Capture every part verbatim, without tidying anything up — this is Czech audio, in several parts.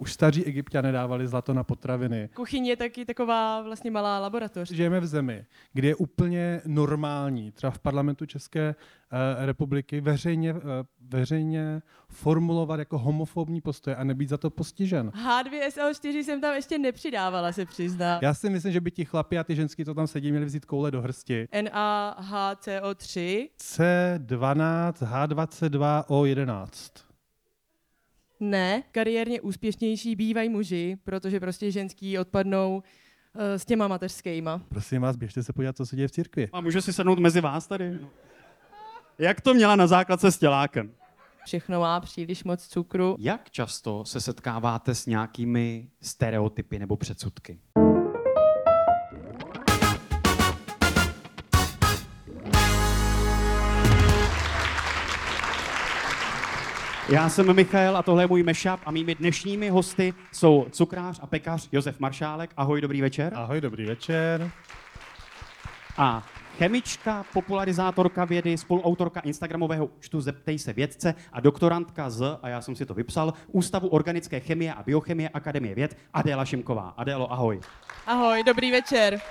Už staří Egypťané dávali zlato na potraviny. Kuchyň je taky taková vlastně malá laboratoř. Žijeme v zemi, kde je úplně normální, třeba v parlamentu České uh, republiky, veřejně, uh, veřejně formulovat jako homofobní postoje a nebýt za to postižen. H dva S O čtyři jsem tam ještě nepřidávala, se přiznám. Já si myslím, že by ti chlapi a ty ženský, co tam sedí, měli vzít koule do hrsti. N A H C O tři. C dvanáct H dvacet dva O jedenáct. Ne, kariérně úspěšnější bývají muži, protože prostě ženský odpadnou uh, s těma mateřskýma. Prosím vás, běžte se podívat, co se děje v církvi. A můžu si sednout mezi vás tady? Jak to měla na základce s tělákem? Všechno má příliš moc cukru. Jak často se setkáváte s nějakými stereotypy nebo předsudky? Já jsem Michael a tohle je můj mashup a mými dnešními hosty jsou cukrář a pekař Josef Maršálek. Ahoj, dobrý večer. Ahoj, dobrý večer. A chemička, popularizátorka vědy, spoluautorka instagramového účtu Zeptej se vědce a doktorantka z, a já jsem si to vypsal, Ústavu organické chemie a biochemie Akademie věd Adéla Šimková. Adélo, ahoj. Ahoj, dobrý večer.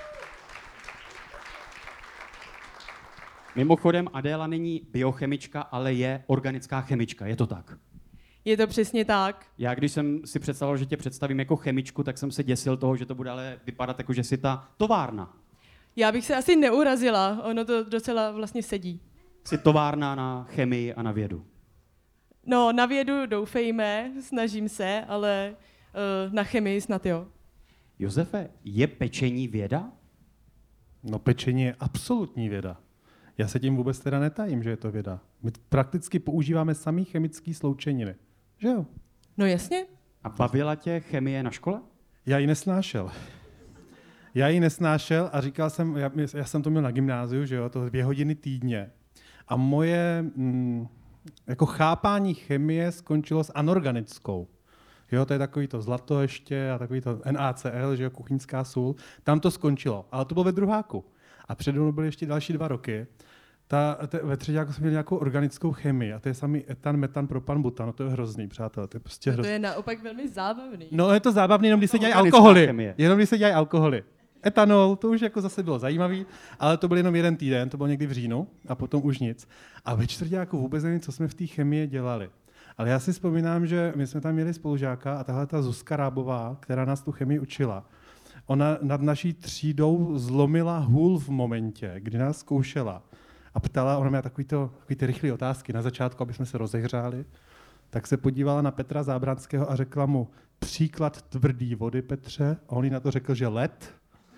Mimochodem, Adéla není biochemička, ale je organická chemička, je to tak? Je to přesně tak. Já, když jsem si představil, že tě představím jako chemičku, tak jsem se děsil toho, že to bude ale vypadat jako, že jsi ta továrna. Já bych se asi neurazila, ono to docela vlastně sedí. Jsi továrna na chemii a na vědu. No, na vědu doufejme, snažím se, ale uh, na chemii snad jo. Josefe, je pečení věda? No pečení je absolutní věda. Já se tím vůbec teda netajím, že je to věda. My prakticky používáme samý chemický sloučeniny. Že jo? No jasně. A bavila tě chemie na škole? Já ji nesnášel. Já ji nesnášel a říkal jsem, já, já jsem to měl na gymnáziu, že jo, to dvě hodiny týdně. A moje mm, jako chápání chemie skončilo s anorganickou. Jo, to je takový to zlato ještě a takový to N A C L, že jo, kuchyňská sůl. Tam to skončilo, ale to bylo ve druháku. A přede mnou byly ještě další dva roky. Ta, te, ve třetíku jsem měl nějakou organickou chemii a to je samý etan, metan, propan, butan. No to je hrozný, přátelé, to je prostě hrozný. To je naopak velmi zábavný. No je to zábavný, jenom když se No, dělají organická alkoholy. chemie. Jenom když se dělají alkoholy. Etanol, to už jako zase bylo zajímavý, ale to byl jenom jeden týden, to bylo někdy v říjnu a potom už nic. A ve čtvrťáku vůbec nevím, co jsme v té chemii dělali. Ale já si vzpomínám, že my jsme tam měli spolužáka a tahle ta Zuzka Rábová, která nás tu chemii učila, ona nad naší třídou zlomila hůl v momentě, kdy nás zkoušela a ptala, ona měla takový, to, takový ty rychlé otázky na začátku, aby jsme se rozehřáli, tak se podívala na Petra Zábranského a řekla mu, příklad tvrdý vody, Petře, a on jí na to řekl, že led.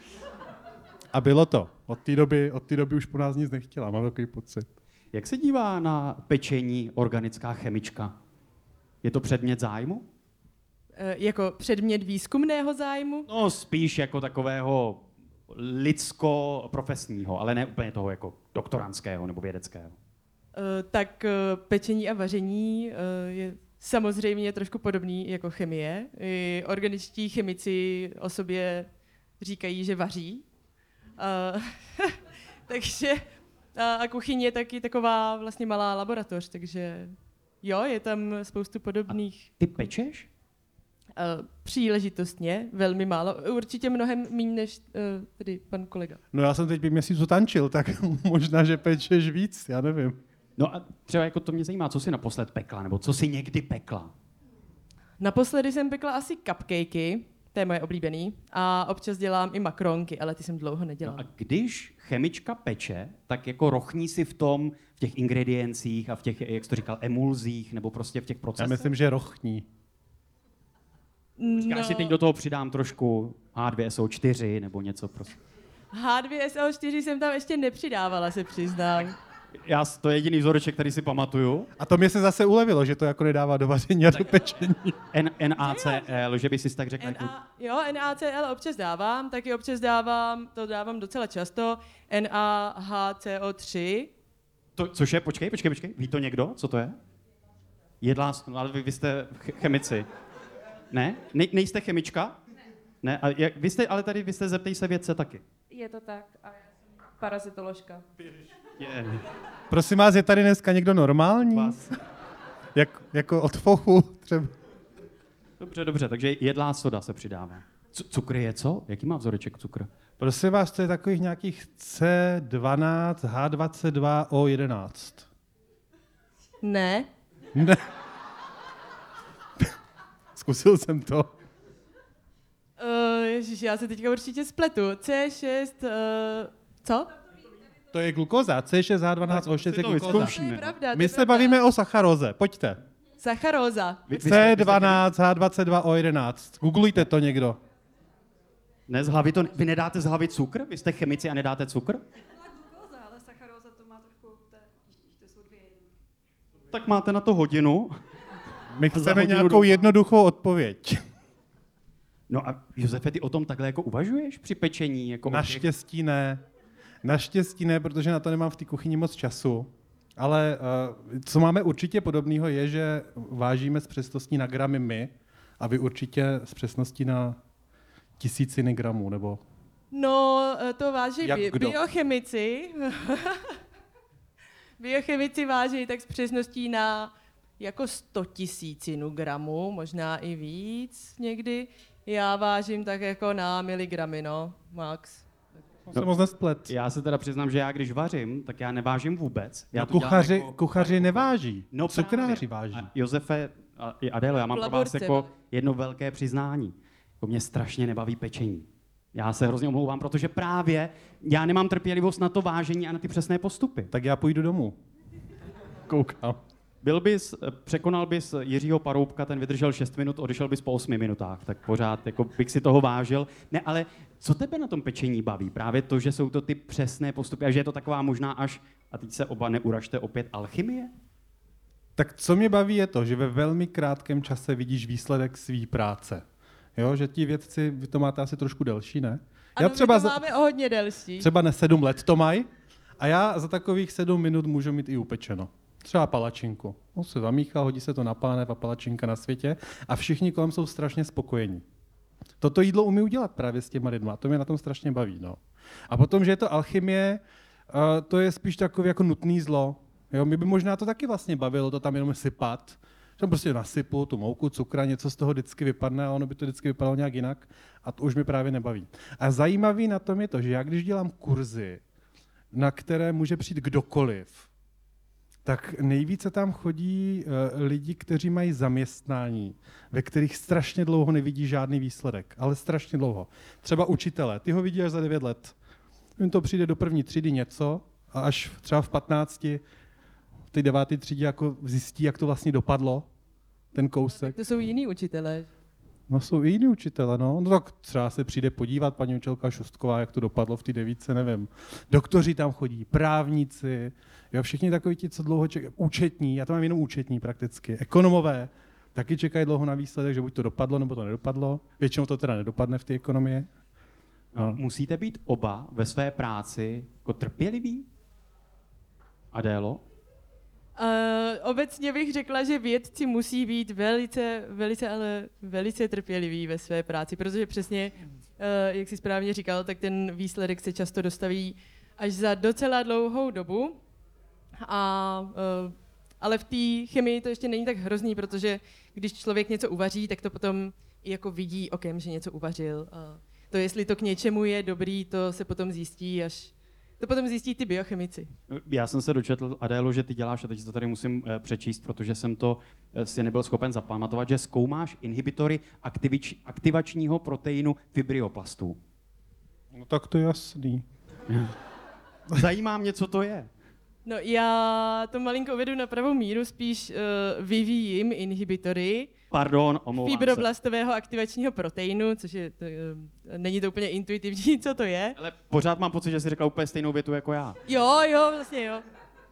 A bylo to. Od té doby, od té doby už po nás nic nechtěla, mám takový pocit. Jak se dívá na pečení organická chemička? Je to předmět zájmu? E, jako předmět výzkumného zájmu? No spíš jako takového lidsko-profesního, ale ne úplně toho jako doktorantského nebo vědeckého. E, tak e, pečení a vaření e, je samozřejmě trošku podobný jako chemie. I organičtí chemici o sobě říkají, že vaří. A, takže a, a kuchyň je taky taková vlastně malá laboratoř, takže jo, je tam spoustu podobných. A ty pečeš? Uh, příležitostně, velmi málo. Určitě mnohem méně než uh, tedy pan kolega. No já jsem teď pět měsíců tančil, tak možná, že pečeš víc, já nevím. No a třeba jako to mě zajímá, co jsi naposled pekla, nebo co jsi někdy pekla? Naposledy jsem pekla asi cupcakey, to je moje oblíbený, a občas dělám i makronky, ale ty jsem dlouho nedělala. No a když chemička peče, tak jako rochní si v tom, v těch ingrediencích a v těch, jak jsi to říkal, emulzích, nebo prostě v těch Já procesech? myslím, že rochní. Já si teď do toho přidám trošku H dva S O čtyři nebo něco prostě. H dva S O čtyři jsem tam ještě nepřidávala, se přiznám. Já, to je jediný vzoreček, který si pamatuju. A to mě se zase ulevilo, že to jako nedává do vaření a do pečení. N A C L, že by si tak řekl. N A, jo, N A C L občas dávám, taky občas dávám, to dávám docela často, N A H C O tři. To, což je, počkej, počkej, počkej, ví to někdo, co to je? Jedlá, no, ale vy, vy jste ch- chemici. Ne? ne? Nejste chemička? Ne, a jak, vy jste, ale tady vy jste Zeptej se vědce taky. Je to tak a já jsem parazitoložka. Je. Prosím vás, je tady dneska někdo normální? Vás. Jak, jako od fochu třeba. Dobře, dobře, takže jedlá soda se přidává. C- cukr je co? Jaký má vzoreček cukr? Prosím vás, to je takových nějakých C dvanáct, H dvacet dva, O jedenáct. Ne. Ne. Zkusil jsem to. Uh, ježiš, já se teďka určitě spletu. C šest, uh, co? To je glukóza. C šest H dvanáct O šest je to glukóza. To vyzkoušíme. je pravda. to My je se pravda. bavíme o sacharóze. Pojďte. Sacharóza. Vy- vy jste- C vy jste- dvanáct, H dvacet dva, O jedenáct. Googlujte to někdo. Ne, z hlavy to, vy nedáte z hlavy cukr? Vy jste chemici a nedáte cukr? Glukóza, ale sacharóza to má trošku, to, je- to jsou dvě jedny. Tak máte na to hodinu. My Za chceme hodinu nějakou doufám. jednoduchou odpověď. No a Josefe, ty o tom takhle jako uvažuješ při pečení? Jako o těch- Naštěstí ne. Naštěstí ne, protože na to nemám v té kuchyni moc času. Ale uh, co máme určitě podobného je, že vážíme s přesností na gramy my a vy určitě s přesností na tisíciny gramů, nebo No, eh, to váží Jak bi- kdo? biochemici. Biochemici váží tak s přesností na jako sto tisícinu gramů, možná i víc někdy. Já vážím tak jako na miligramy, no, max. jsem se moc nesplet. Já se teda přiznám, že já když vařím, tak já nevážím vůbec. Já No, to dělám kuchaři, jako- kuchaři neváží, No cukráři právě. váží. A Josefe a i Adélo, já mám pro vás Laborce, jako ale. jedno velké přiznání. To mě strašně nebaví pečení. Já se hrozně omlouvám, protože právě já nemám trpělivost na to vážení a na ty přesné postupy. Tak já půjdu domů. Koukám. Byl bys, překonal bys Jiřího Paroubka, ten vydržel šest minut, odešel bys po osmi minutách, tak pořád jako bych si toho vážil. Ne, ale co tebe na tom pečení baví? Právě to, že jsou to ty přesné postupy a že je to taková možná až, a teď se oba neuražte, opět alchymie? Tak co mě baví je to, že ve velmi krátkém čase vidíš výsledek své práce. Jo, že ti vědci, vy to máte asi trošku delší, ne? Ano, my to máme o hodně delší. Třeba ne sedm let to mají a já za takových sedm minut můžu mít i upečeno. Třeba palačinku. On se zamíchá, hodí se to na pánev a palačinka na světě a všichni kolem jsou strašně spokojení. Toto jídlo umí udělat právě s těma lidma, to mě na tom strašně baví. No. A potom, že je to alchymie, uh, to je spíš takové jako nutné zlo. Jo, mě by možná to taky vlastně bavilo, to tam jenom sypat. Že prostě nasypu tu mouku, cukra, něco z toho vždycky vypadne a ono by to vždycky vypadalo nějak jinak a to už mě právě nebaví. A zajímavý na tom je to, že já když dělám kurzy, na které může přijít kdokoliv, tak nejvíce tam chodí uh, lidi, kteří mají zaměstnání, ve kterých strašně dlouho nevidí žádný výsledek, ale strašně dlouho. Třeba učitelé, ty ho vidí až za devět let. Jim to přijde do první třídy něco a až třeba v patnácti v té deváté třídě jako zjistí, jak to vlastně dopadlo, ten kousek. To jsou jiný učitelé. No jsou i jiní učitele, no. No tak třeba se přijde podívat paní učitelka Šustková, jak to dopadlo v té devítce, nevím. Doktoři tam chodí, právníci, jo, všichni takoví ti, co dlouho čekají, účetní, já to mám jenom účetní prakticky, ekonomové, taky čekají dlouho na výsledek, že buď to dopadlo, nebo to nedopadlo. Většinou to teda nedopadne v té ekonomii. No. Musíte být oba ve své práci jako trpěliví? Adélo? Uh, obecně bych řekla, že vědci musí být velice, velice, ale velice trpěliví ve své práci, protože přesně, uh, jak jsi správně říkal, tak ten výsledek se často dostaví až za docela dlouhou dobu. A, uh, ale v té chemii to ještě není tak hrozný, protože když člověk něco uvaří, tak to potom i jako vidí okem, že něco uvařil. A to, jestli to k něčemu je dobrý, to se potom zjistí až To potom zjistí ty biochemici. Já jsem se dočetl, Adélo, že ty děláš, a teď to tady musím eh, přečíst, protože jsem to eh, si nebyl schopen zapamatovat, že zkoumáš inhibitory aktivič, aktivačního proteinu fibrioplastů. No tak to je jasný. Zajímá mě, co to je. No já to malinko uvedu na pravou míru, spíš uh, vyvíjím inhibitory Pardon, omlouvám se. fibroblastového aktivačního proteinu, což je, to, uh, není to úplně intuitivní, co to je. Ale pořád mám pocit, že jsi řekla úplně stejnou větu jako já. Jo, jo, vlastně jo.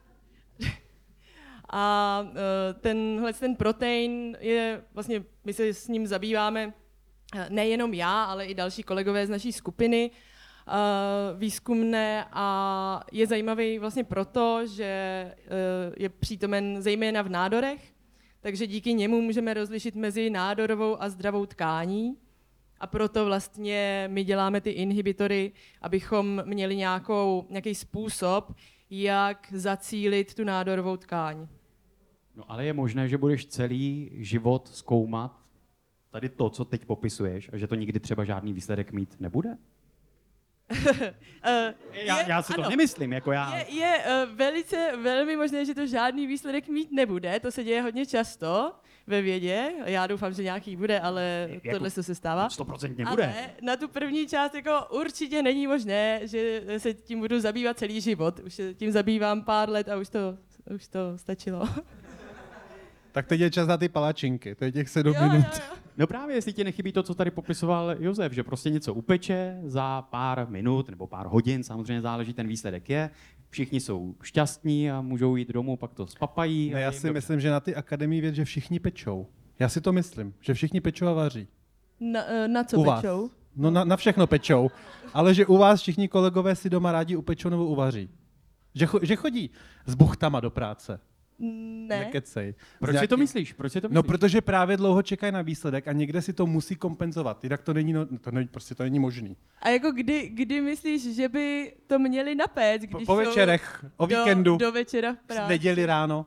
A uh, tenhle ten protein je, vlastně my se s ním zabýváme uh, nejenom já, ale i další kolegové z naší skupiny uh, výzkumné a je zajímavý vlastně proto, že uh, je přítomen zejména v nádorech, takže díky němu můžeme rozlišit mezi nádorovou a zdravou tkání. A proto vlastně my děláme ty inhibitory, abychom měli nějakou, nějaký způsob, jak zacílit tu nádorovou tkáň. No ale je možné, že budeš celý život zkoumat tady to, co teď popisuješ, a že to nikdy třeba žádný výsledek mít nebude? Uh, Já, já si to nemyslím, jako já. Je, je uh, velice, velmi možné, že to žádný výsledek mít nebude. To se děje hodně často ve vědě. Já doufám, že nějaký bude, ale jako tohle se stává. Stoprocentně bude. Ale na tu první část jako určitě není možné, že se tím budu zabývat celý život. Už se tím zabývám pár let a už to, už to stačilo. Tak teď je čas na ty palačinky, to je těch sedm Jo, minut. jo, jo. No právě, jestli ti nechybí to, co tady popisoval Josef, že prostě něco upeče za pár minut nebo pár hodin, samozřejmě záleží, ten výsledek je. Všichni jsou šťastní a můžou jít domů, pak to spapají. Ne, já si myslím, že na ty akademii věd, že všichni pečou. Já si to myslím, že všichni pečou a vaří. Na, eh, na co U vás. pečou? No na, na všechno pečou, ale že u vás všichni kolegové si doma rádi upečou nebo uvaří. Že, cho, že chodí s buchtama do práce. Ne. Nekecej. Proč Z si to nějaký- myslíš? Proč si to myslíš? No, protože právě dlouho čekají na výsledek a někde si to musí kompenzovat. Jinak to není, no, to není, prostě to není možný. A jako kdy, kdy myslíš, že by to měli napéct, Po, když po jsou večerech, o do, víkendu, do večera v v práci? neděli ráno.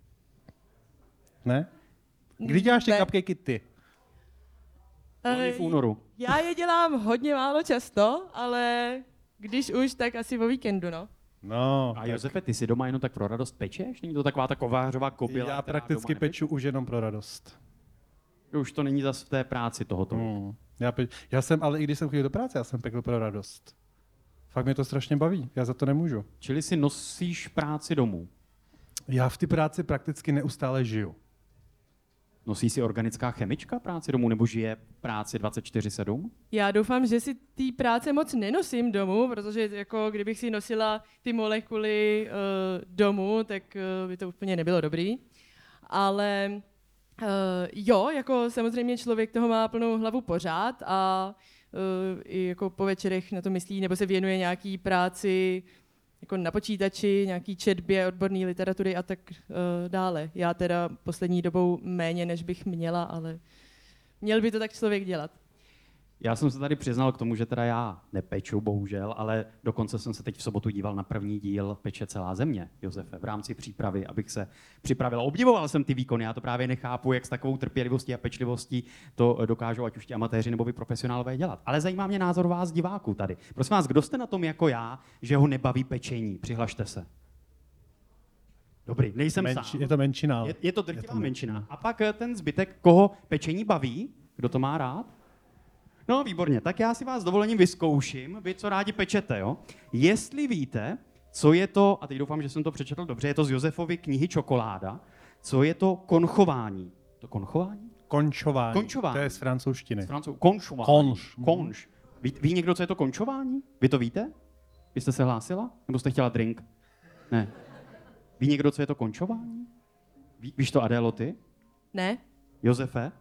Ne? Kdy děláš ty Ne. cupcakey ty? Loni v únoru. Já je dělám hodně málo často, ale když už, tak asi o víkendu, no. No, A Josefe, ty si doma jenom tak pro radost pečeš? Není to taková ta kovářová kobila? já která prakticky doma peču už jenom pro radost. nepeče? Už to není zas v té práci tohoto. Hmm. Já, pe- já jsem, ale i když jsem chodil do práce, já jsem pekl pro radost. Fakt mě to strašně baví, já za to nemůžu. Čili si nosíš práci domů. Já v té práci prakticky neustále žiju. Nosí si organická chemička práci domů, nebo žije práci dvacet čtyři sedm? Já doufám, že si té práce moc nenosím domů, protože jako kdybych si nosila ty molekuly uh, domů, tak uh, by to úplně nebylo dobrý. Ale uh, jo, jako samozřejmě člověk toho má plnou hlavu pořád a uh, i jako po večerech na to myslí, nebo se věnuje nějaký práci jako na počítači, nějaký četbě odborné literatury a tak uh, dále. Já teda poslední dobou méně, než bych měla, ale měl by to tak člověk dělat. Já jsem se tady přiznal k tomu, že teda já nepeču, bohužel, ale dokonce jsem se teď v sobotu díval na první díl Peče celá země, Josefe, v rámci přípravy, abych se připravil. Obdivoval jsem ty výkony, já to právě nechápu, jak s takovou trpělivostí a pečlivostí to dokážou ať už ti amatéři nebo vy profesionálové dělat. Ale zajímá mě názor vás diváků tady. Prosím vás, kdo jste na tom jako já, že ho nebaví pečení? Přihlašte se. Dobrý, nejsem Menči, sám. je to menšina. Je, je to Je drtivá to menšina. A pak eh, ten zbytek, koho pečení baví? Kdo to má rád? No, výborně. Tak já si vás s dovolením vyzkouším. Vy, co rádi pečete, jo? Jestli víte, co je to, a teď doufám, že jsem to přečetl dobře, je to z Josefovy knihy Čokoláda, co je to konchování. To konchování? Končování. Končování. To je z francouzštiny. Z Francou. Konšování. Konš. Konš. Ví, ví někdo, co je to končování? Vy to víte? Vy jste se hlásila? Nebo jste chtěla drink? Ne. Ví někdo, co je to končování? Ví, víš to, Adélo, ty? Ne? Josefe?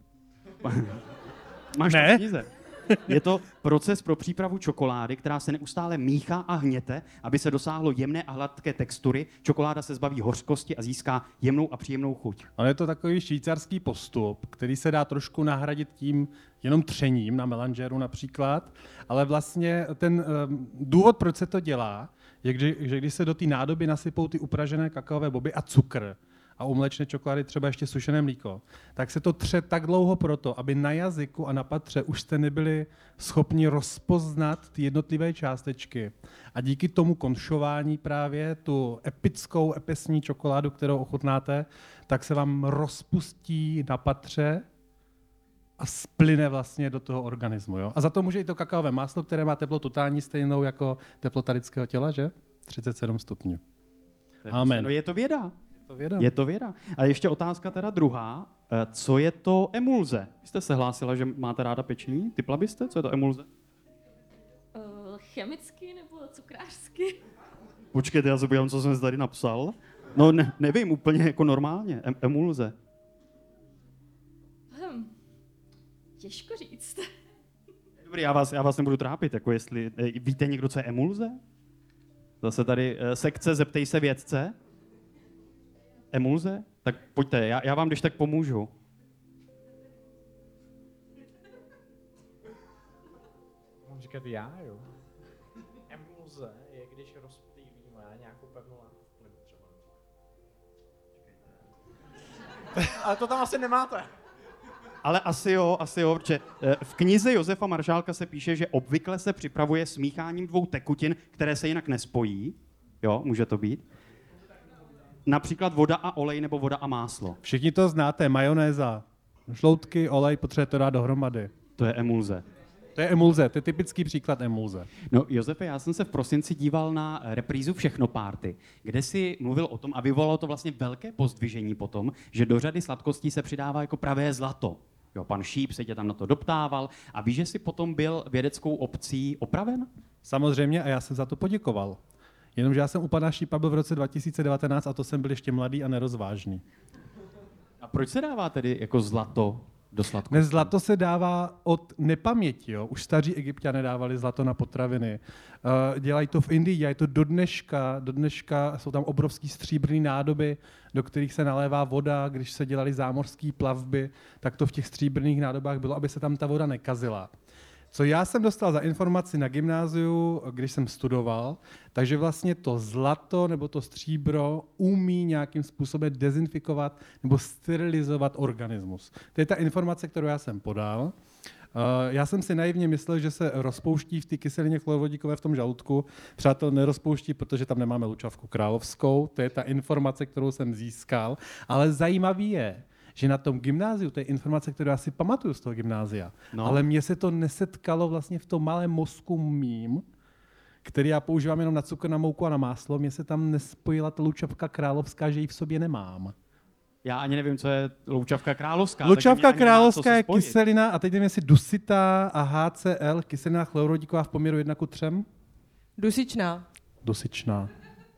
Máš Ne. to v knize. Je to proces pro přípravu čokolády, která se neustále míchá a hněte, aby se dosáhlo jemné a hladké textury. Čokoláda se zbaví hořkosti a získá jemnou a příjemnou chuť. Ale je to takový švýcarský postup, který se dá trošku nahradit tím jenom třením na melanžéru například, ale vlastně ten um, důvod, proč se to dělá, je, kdy, že když se do té nádoby nasypou ty upražené kakaové boby a cukr a u mléčné čokolády třeba ještě sušené mlíko, tak se to tře tak dlouho proto, aby na jazyku a na patře už jste nebyli schopni rozpoznat ty jednotlivé částečky. A díky tomu konšování právě tu epickou, epesní čokoládu, kterou ochutnáte, tak se vám rozpustí na patře a splyne vlastně do toho organismu. Jo? A za to může i to kakaové máslo, které má teplotu totální stejnou jako teplota lidského těla, že? třicet sedm stupňů. Amen. No je to věda. To věda. Je to věda. A ještě otázka teda druhá. Eh, Co je to emulze? Vy jste se hlásila, že máte ráda pečení? Typla byste? Co je to emulze? Uh, chemicky nebo cukrářsky? Počkejte, já se podívám, co jsem tady napsal. No ne, nevím, úplně jako normálně. Em- emulze. Hm. Těžko říct. Dobrý, já vás, já vás nebudu trápit, jako jestli... eh, Víte někdo, co je emulze? Zase tady eh, sekce Zeptej se vědce. Emulze? Tak pojďte, já, já vám když tak pomůžu. Mám říkat já, jo? Emulze je, když rozptýlíme nějakou pevnou látku v plynu třeba. Ale to tam asi nemáte. ale asi jo, asi jo, protože eh, v knize Josefa Maršálka se píše, že obvykle se připravuje smícháním dvou tekutin, které se jinak nespojí. Jo, může to být. Například voda a olej nebo voda a máslo. Všichni to znáte, majonéza. Žloutky, olej, potřebuje to dát dohromady. To je emulze. To je emulze, to je typický příklad emulze. No, Josefe, já jsem se v prosinci díval na reprízu Všechno párty, kde si mluvil o tom a vyvolalo to vlastně velké pozdvižení potom, že do řady sladkostí se přidává jako pravé zlato. Jo, pan Šíp se tě tam na to doptával a víš, že jsi potom byl vědeckou obcí opraven? Samozřejmě a já jsem za to poděkoval. Jenomže já jsem u pana Šípa byl v roce dva tisíce devatenáct a to jsem byl ještě mladý a nerozvážný. A proč se dává tedy jako zlato do sladkostí? Dnes zlato se dává od nepaměti. Jo? Už staří Egypťané dávali zlato na potraviny. Uh, dělají to v Indii, dělají to do dneška. Do dneška jsou tam obrovský stříbrný nádoby, do kterých se nalévá voda. Když se dělaly zámořské plavby, tak to v těch stříbrných nádobách bylo, aby se tam ta voda nekazila. Co já jsem dostal za informaci na gymnáziu, když jsem studoval, takže vlastně to zlato nebo to stříbro umí nějakým způsobem dezinfikovat nebo sterilizovat organismus. To je ta informace, kterou já jsem podal. Já jsem si naivně myslel, že se rozpouští v té kyselině chlorovodíkové v tom žaludku. Přátel, nerozpouští, protože tam nemáme lučavku královskou. To je ta informace, kterou jsem získal. Ale zajímavý je, že na tom gymnáziu, to je informace, kterou já si pamatuju z toho gymnázia, no. Ale mně se to nesetkalo vlastně v tom malém mozku mým, který já používám jenom na cukr, na mouku a na máslo, mně se tam nespojila ta lučavka královská, že ji v sobě nemám. Já ani nevím, co je loučavka královská. Lučavka královská je kyselina, a teď nevím, jestli dusitá a H C L, kyselina chlorovodíková v poměru jedna ku třem. Dusičná. Dusičná.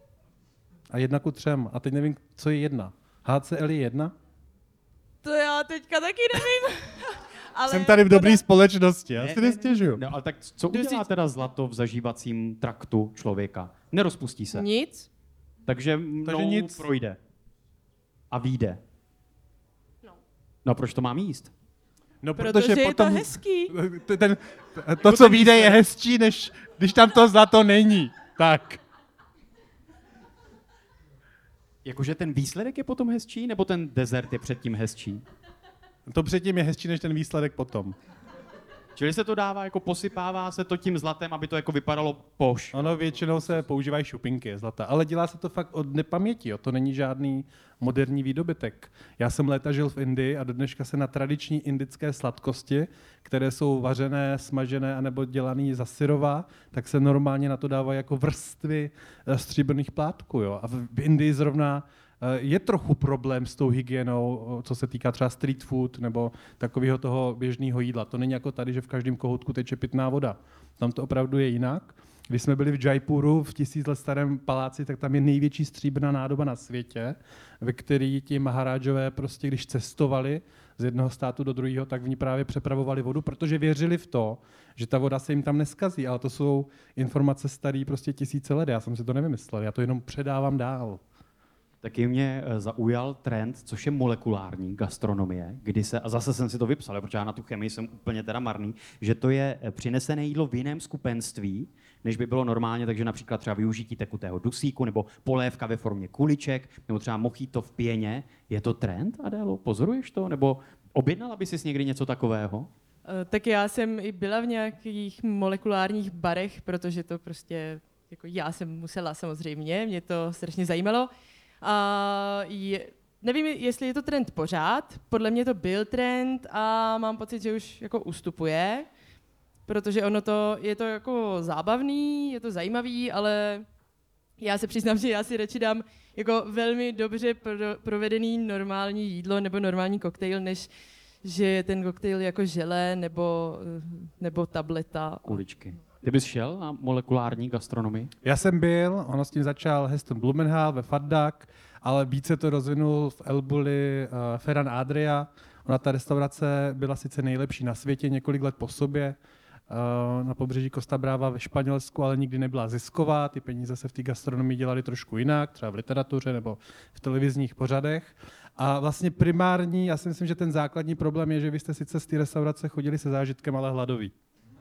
A jedna ku třem. A teď nevím, co je jedna. H C L je jedna? To já teďka taky nevím. Ale jsem tady v dobré teda... společnosti, já ne, si ne, nestěžuju. No, ale tak co udělá teda zlato v zažívacím traktu člověka? Nerozpustí se. Nic. Takže mnou Takže nic. projde. A vyjde. No. No a proč to mám jíst? No, Protože je potom, to hezký. Ten, to, co vyjde, je hezčí, než když tam to zlato není. Tak. Jakože ten výsledek je potom hezčí, nebo ten dezert je předtím hezčí? To předtím je hezčí, než ten výsledek potom. Čili se to dává, jako posypává se to tím zlatem, aby to jako vypadalo poš. Ono většinou se používají šupinky zlata, ale dělá se to fakt od nepaměti, jo. To není žádný moderní výdobytek. Já jsem léta žil v Indii a do dneška se na tradiční indické sladkosti, které jsou vařené, smažené anebo dělané za syrova, tak se normálně na to dávají jako vrstvy stříbrných plátků, jo. A v Indii zrovna je trochu problém s tou hygienou, co se týká třeba street food nebo takového toho běžného jídla. To není jako tady, že v každém kohoutku teče pitná voda. Tam to opravdu je jinak. Když jsme byli v Jaipuru, v tisíc let starém paláci, tak tam je největší stříbrná nádoba na světě, ve který ti maharážové prostě, když cestovali z jednoho státu do druhého, tak v ní právě přepravovali vodu, protože věřili v to, že ta voda se jim tam neskazí. Ale to jsou informace staré prostě tisíce let. Já jsem si to nevymyslel, já to jenom předávám dál. Taky mě zaujal trend, což je molekulární gastronomie, kdy se, a zase jsem si to vypsal, protože já na tu chemii jsem úplně teda marný, že to je přinesené jídlo v jiném skupenství, než by bylo normálně, takže například třeba využití tekutého dusíku, nebo polévka ve formě kuliček, nebo třeba mojito v pěně. Je to trend, Adélo? Pozoruješ to? Nebo objednala by si někdy něco takového? Tak já jsem i byla v nějakých molekulárních barech, protože to prostě, jako já jsem musela samozřejmě, mě to strašně zajímalo. A je, nevím, jestli je to trend pořád, podle mě to byl trend a mám pocit, že už jako ustupuje, protože ono to, je to jako zábavný, je to zajímavý, ale já se přiznám, že já si radši dám jako velmi dobře pro, provedený normální jídlo nebo normální koktejl, než že je ten koktejl jako želé nebo, nebo tableta. Kuličky. Ty bys šel na molekulární gastronomii? Já jsem byl, ono s tím začal Heston Blumenthal ve Fardak, ale více to rozvinul v Elbuli uh, Ferran Adria. Ona ta restaurace byla sice nejlepší na světě několik let po sobě, uh, na pobřeží Costa Brava ve Španělsku, ale nikdy nebyla zisková. Ty peníze se v té gastronomii dělaly trošku jinak, třeba v literatuře nebo v televizních pořadech. A vlastně primární, já si myslím, že ten základní problém je, že vy jste sice z té restaurace chodili se zážitkem, ale hladoví.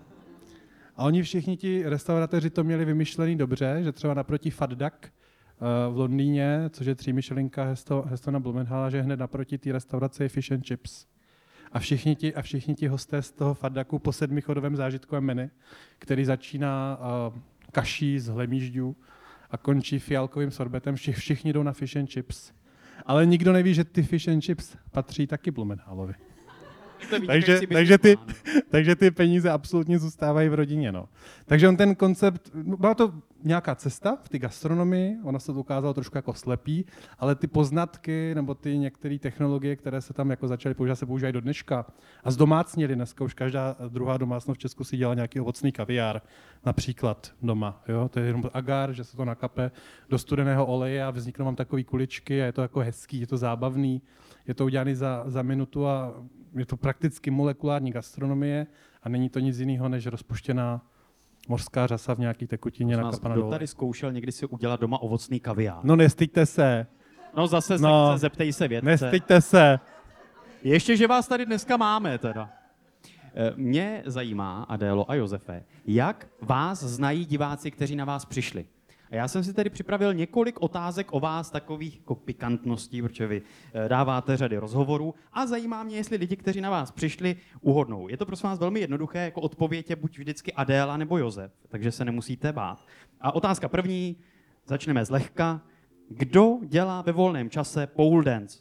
A oni všichni ti restauratéři to měli vymyšlený dobře, že třeba naproti Fardak v Londýně, což je třímyšelinka Hestona Blumenthala, že hned naproti té restaurace je fish and chips. A všichni ti, a všichni ti hosté z toho Fardaku po sedmichodovém zážitkovém menu, který začíná uh, kaší z hlemýžďů a končí fialkovým sorbetem, všich, všichni jdou na fish and chips. Ale nikdo neví, že ty fish and chips patří taky Blumenthalovi. takže, takže, ty, takže ty peníze absolutně zůstávají v rodině. No. Takže on ten koncept, byla to nějaká cesta v té gastronomii, ona se to ukázala trošku jako slepý, ale ty poznatky nebo ty některé technologie, které se tam jako začaly používat, se používají do dneška. A zdomácněli dneska už každá druhá domácnost v Česku si dělá nějaký ovocný kaviár, například doma. Jo? To je jenom agar, že se to nakape do studeného oleje a vzniknou vám takové kuličky a je to jako hezký, je to zábavný, je to udělané za, za minutu a je to prakticky molekulární gastronomie a není to nic jiného než rozpuštěná mořská řasa v nějaký tekutině nakapaná Kdo dole. tady zkoušel někdy si udělat doma ovocný kaviár? No nestyďte se. No zase No, se zeptej se vědce. Nestyďte se. Ještě, že vás tady dneska máme teda. E, Mě zajímá, Adélo a Josefe, jak vás znají diváci, kteří na vás přišli. A já jsem si tady připravil několik otázek o vás, takových jako pikantností, protože vy e, dáváte řady rozhovorů a zajímá mě, jestli lidi, kteří na vás přišli, uhodnou. Je to prosím vás velmi jednoduché, jako odpověď je buď vždycky Adéla nebo Josef, takže se nemusíte bát. A otázka první, začneme zlehka. Kdo dělá ve volném čase pole dance?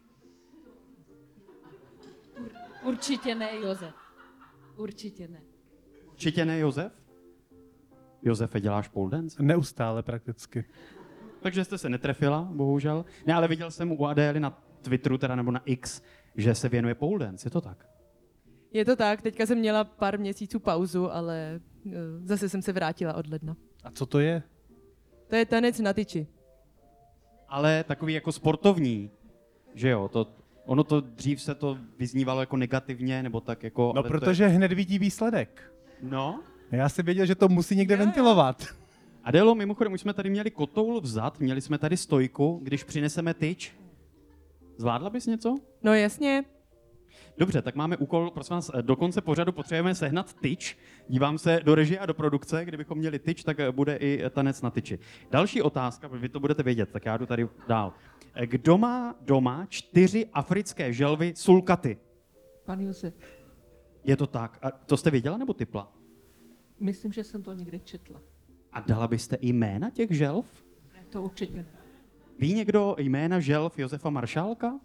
Určitě ne, Josef. Určitě ne. Určitě ne Josef? Josefe, děláš pole dance? Neustále prakticky. Takže jste se netrefila, bohužel. Ne, ale viděl jsem u Adély na Twitteru, teda nebo na X, že se věnuje pole dance, je to tak? Je to tak, teďka jsem měla pár měsíců pauzu, ale uh, zase jsem se vrátila od ledna. A co to je? To je tanec na tyči. Ale takový jako sportovní, že jo, to, ono to dřív se to vyznívalo jako negativně, nebo tak jako... No ale protože to je... hned vidí výsledek. No, Já jsem věděl, že to musí někde Jo, jo. ventilovat. Adélo, mimochodem, už jsme tady měli kotoul vzad, měli jsme tady stojku, když přineseme tyč. Zvládla bys něco? No jasně. Dobře, tak máme úkol, prosím vás, do konce pořadu potřebujeme sehnat tyč. Dívám se do režie a do produkce, kdybychom měli tyč, tak bude i tanec na tyči. Další otázka, vy to budete vědět, tak já jdu tady dál. Kdo má doma čtyři africké želvy sulkaty? Pan Josef, Je to tak. A to jste věděla nebo typla? myslím, že jsem to někde četla. A dala byste jména těch želv? Ne, to určitě ne. Ví někdo jména želv Josefa Maršálka?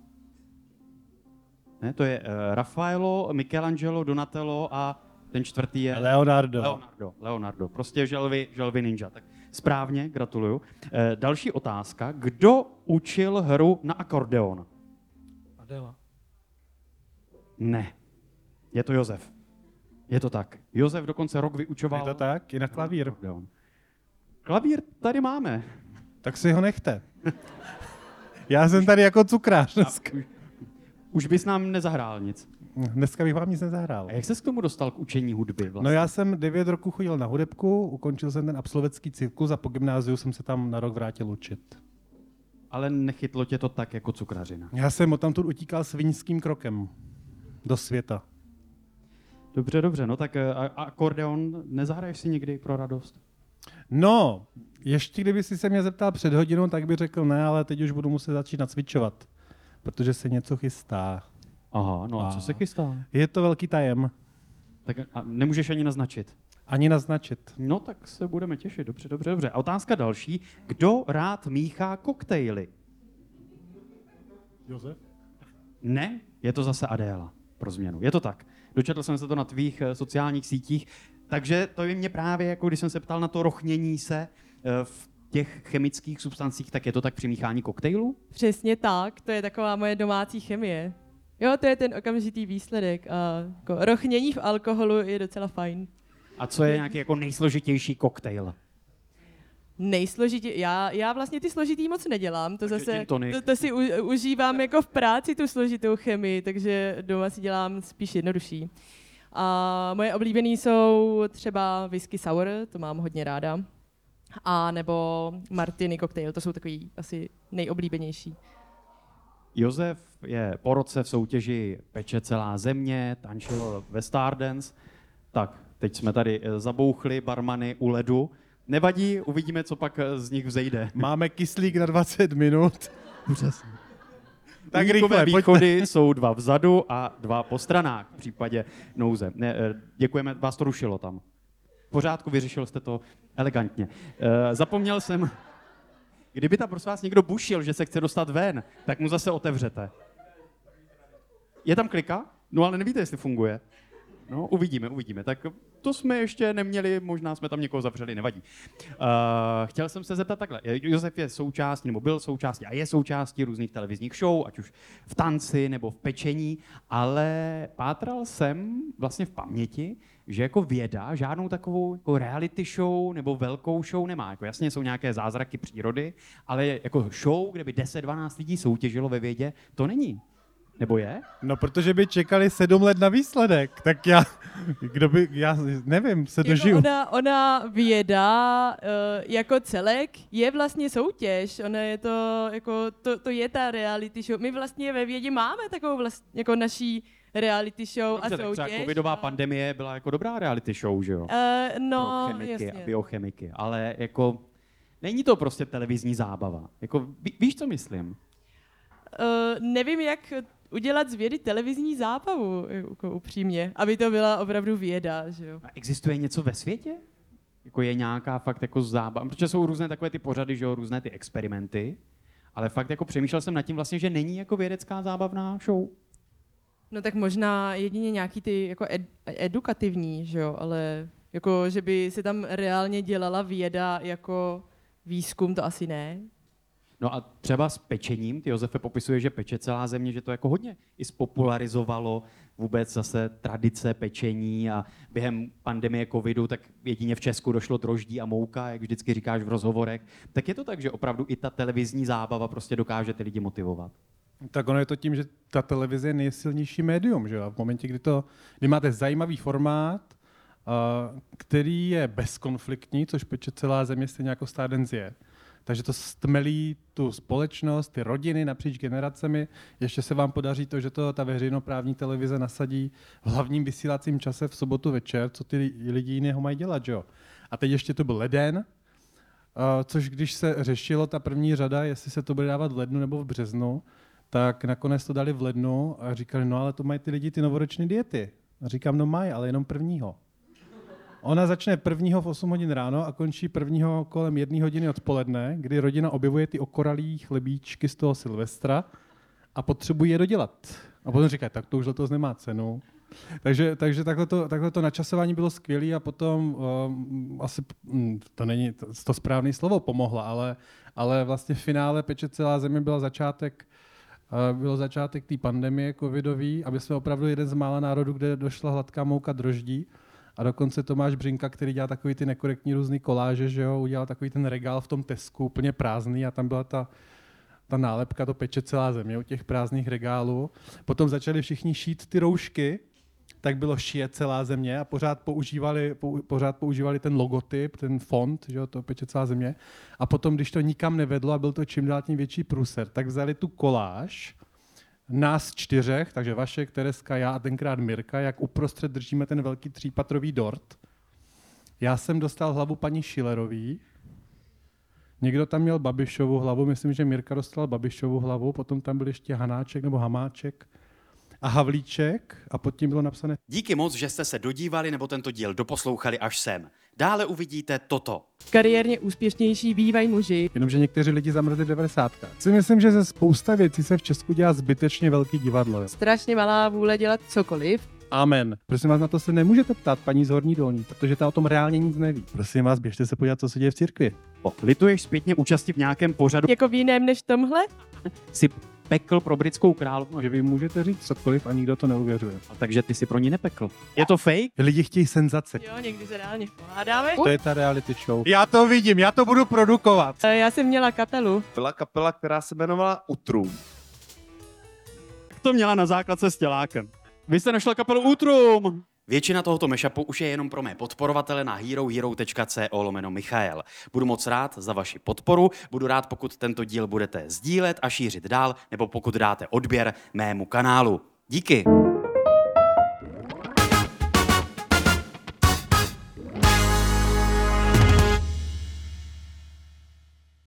Ne, to je uh, Raffaello, Michelangelo, Donatello a ten čtvrtý je... Leonardo. Leonardo, Leonardo. Prostě želvy, želvy ninja. Tak správně, gratuluju. E, další otázka. Kdo učil hru na akordeon? Adela. Ne. Je to Josef. Je to tak. Josef dokonce rok vyučoval... Je to tak? I na klavír. akordeon. Klavír tady máme. Tak si ho nechte. Já jsem tady jako cukrář dneska. Už bys nám nezahrál nic. Dneska bych vám nic nezahrál. A jak ses k tomu dostal k učení hudby vlastně? No já jsem devět roků chodil na hudebku, ukončil jsem ten absolvecký cyklus a po gymnáziu jsem se tam na rok vrátil učit. Ale nechytlo tě to tak jako cukrařina. Já jsem odtamtud utíkal sviňským krokem do světa. Dobře, dobře, no tak a, a akordeon nezahraješ si někdy pro radost? No, ještě kdyby si se mě zeptal před hodinou, tak bych řekl ne, ale teď už budu muset začít nacvičovat, protože se něco chystá. Aha, no a A- co se chystá? Je to velký tajem, Tak a nemůžeš ani naznačit. ani naznačit. No tak se budeme těšit, dobře, dobře, dobře. A otázka další. Kdo rád míchá koktejly? Josef? Ne, je to zase Adéla, pro změnu. Je to tak. Dočetl jsem se to na tvých eh, sociálních sítích, takže to je mě právě, jako když jsem se ptal na to rochnění se eh, v těch chemických substancích, tak je to tak při míchání koktejlu? Přesně tak, to je taková moje domácí chemie. Jo, to je ten okamžitý výsledek a jako rochnění v alkoholu je docela fajn. A co je nějaký jako nejsložitější koktejl? Nejsložitě, já, já vlastně ty složitý moc nedělám, to Takže zase, gin tonic. to, to si u, užívám jako v práci tu složitou chemii, takže doma si dělám spíš jednodušší. A moje oblíbený jsou třeba whisky sour, to mám hodně ráda, a nebo martini koktejl, to jsou takový asi nejoblíbenější. Josef je po roce v soutěži Peče celá země, tančil ve Stardance. Tak, teď jsme tady eh, zabouchli barmany u ledu. Nevadí, uvidíme, co pak eh, z nich vzejde. Máme kyslík na dvacet minut. Přesně. Tak Únikové rychle, východy jsou dva vzadu a dva po stranách v případě nouze. Ne, eh, děkujeme, vás to rušilo tam. V pořádku, vyřešil jste to elegantně. Eh, zapomněl jsem, kdyby tam prosím vás někdo bušil, že se chce dostat ven, tak mu zase otevřete. Je tam klika? No ale nevíte, jestli funguje. No, uvidíme, uvidíme. Tak to jsme ještě neměli, možná jsme tam někoho zavřeli, nevadí. Uh, chtěl jsem se zeptat takhle. Josef je součástí, nebo byl součástí a je součástí různých televizních show, ať už v tanci nebo v pečení, ale pátral jsem vlastně v paměti, že jako věda žádnou takovou jako reality show nebo velkou show nemá. Jako jasně jsou nějaké zázraky přírody, ale jako show, kde by deset dvanáct lidí soutěžilo ve vědě, to není. Nebo je? No, protože by čekali sedm let na výsledek, tak já, kdo by, já nevím, se Jako dožiju. ona, ona věda uh, jako celek je vlastně soutěž. Ona je to, jako, to, to je ta reality show. My vlastně ve vědě máme takovou vlastně, jako naší reality show Dobře, a tak třeba soutěž. covidová a... pandemie byla jako dobrá reality show, že jo? Uh, no, Pro chemiky jasně. a biochemiky, ale jako není to prostě televizní zábava. Jako, ví, víš, co myslím? Uh, nevím, jak udělat z vědy televizní zábavu, jako upřímně, aby to byla opravdu věda, že jo. A existuje něco ve světě? Jako je nějaká fakt jako zábava? Protože jsou různé takové ty pořady, že jo, různé ty experimenty, ale fakt jako přemýšlel jsem nad tím vlastně, že není jako vědecká zábavná show. No tak možná jedině nějaký ty jako ed- edukativní, že jo, ale jako, že by se tam reálně dělala věda jako výzkum, to asi ne. No a třeba s pečením, ty Josefe popisuje, že peče celá země, že to jako hodně i spopularizovalo vůbec zase tradice pečení a během pandemie covidu, tak jedině v Česku došlo droždí a mouka, jak vždycky říkáš v rozhovorech. Tak je to tak, že opravdu i ta televizní zábava prostě dokáže ty lidi motivovat. Tak ono je to tím, že ta televize je nejsilnější médium, že jo? V momentě, kdy, to, kdy máte zajímavý formát, uh, který je bezkonfliktní, což peče celá země stejně jako Stardance je. Takže to stmelí tu společnost, ty rodiny napříč generacemi. Ještě se vám podaří to, že to ta veřejnoprávní televize nasadí v hlavním vysílacím čase v sobotu večer, co ty lidi jiného mají dělat, že jo? A teď ještě to byl leden, uh, což když se řešilo ta první řada, jestli se to bude dávat v lednu nebo v březnu, tak nakonec to dali v lednu a říkali, no ale to mají ty lidi ty novoroční diety. A říkám, no mají, ale jenom prvního. Ona začne prvního v osm hodin ráno a končí prvního kolem jedné hodiny odpoledne, kdy rodina objevuje ty okoralý chlebíčky z toho Silvestra a potřebují je dodělat. A potom říkají, tak to už letos nemá cenu. Takže, takže takhle, to, takhle to načasování bylo skvělé a potom um, asi, um, to není to, to správné slovo pomohla, ale, ale vlastně v finále peče celá země byla začátek uh, byl začátek té pandemie covidové, aby jsme opravdu jeden z mála národů, kde došla hladká mouka droždí. A dokonce Tomáš Břinka, který dělá takový ty nekorektní různý koláže, že jo, udělal takový ten regál v tom Tesku, úplně prázdný a tam byla ta, ta nálepka, to peče celá země u těch prázdných regálů. Potom začali všichni šít ty roušky, tak bylo šije celá země a pořád používali, pou, pořád používali ten logotyp, ten font, že jo, to peče celá země. A potom, když to nikam nevedlo a byl to čím dál tím větší průser, tak vzali tu koláž, nás čtyřech, takže Vašek, Tereska, já a tenkrát Mirka, jak uprostřed držíme ten velký třípatrový dort. Já jsem dostal hlavu paní Schillerový, někdo tam měl Babišovu hlavu, myslím, že Mirka dostala Babišovu hlavu, potom tam byl ještě Hanáček nebo Hamáček a Havlíček a pod tím bylo napsané Díky moc, že jste se dodívali nebo tento díl doposlouchali až sem. Dále uvidíte toto. Kariérně úspěšnější bývají muži. jenomže někteří lidi zamrzli v devadesátkách. Si myslím, že ze spousta věcí se v Česku dělá zbytečně velký divadlo. Strašně malá vůle dělat cokoliv. Amen. Prosím vás, na to se nemůžete ptát paní z Horní Dolní, protože ta o tom reálně nic neví. Prosím vás, běžte se podívat, co se děje v církvi. O, lituješ zpětně účasti v nějakém pořadu? Jako v jiném než tomhle? Si pekl pro britskou královnu, Že vy můžete říct cokoliv a nikdo to neuvěřuje. takže ty si pro ní nepekl. Je to fake? Lidi chtějí senzace. Jo, někdy se reálně pohádáme. To je ta reality show. Já to vidím, já to budu produkovat. Eh, Já jsem měla kapelu. Byla kapela, která se jmenovala Utrum. Jak to měla na základce s tělákem? Vy jste našla kapelu Utrum! Většina tohoto mashupu už je jenom pro mé podporovatele na herohero.co lomeno Michael. Budu moc rád za vaši podporu, budu rád, pokud tento díl budete sdílet a šířit dál, nebo pokud dáte odběr mému kanálu. Díky!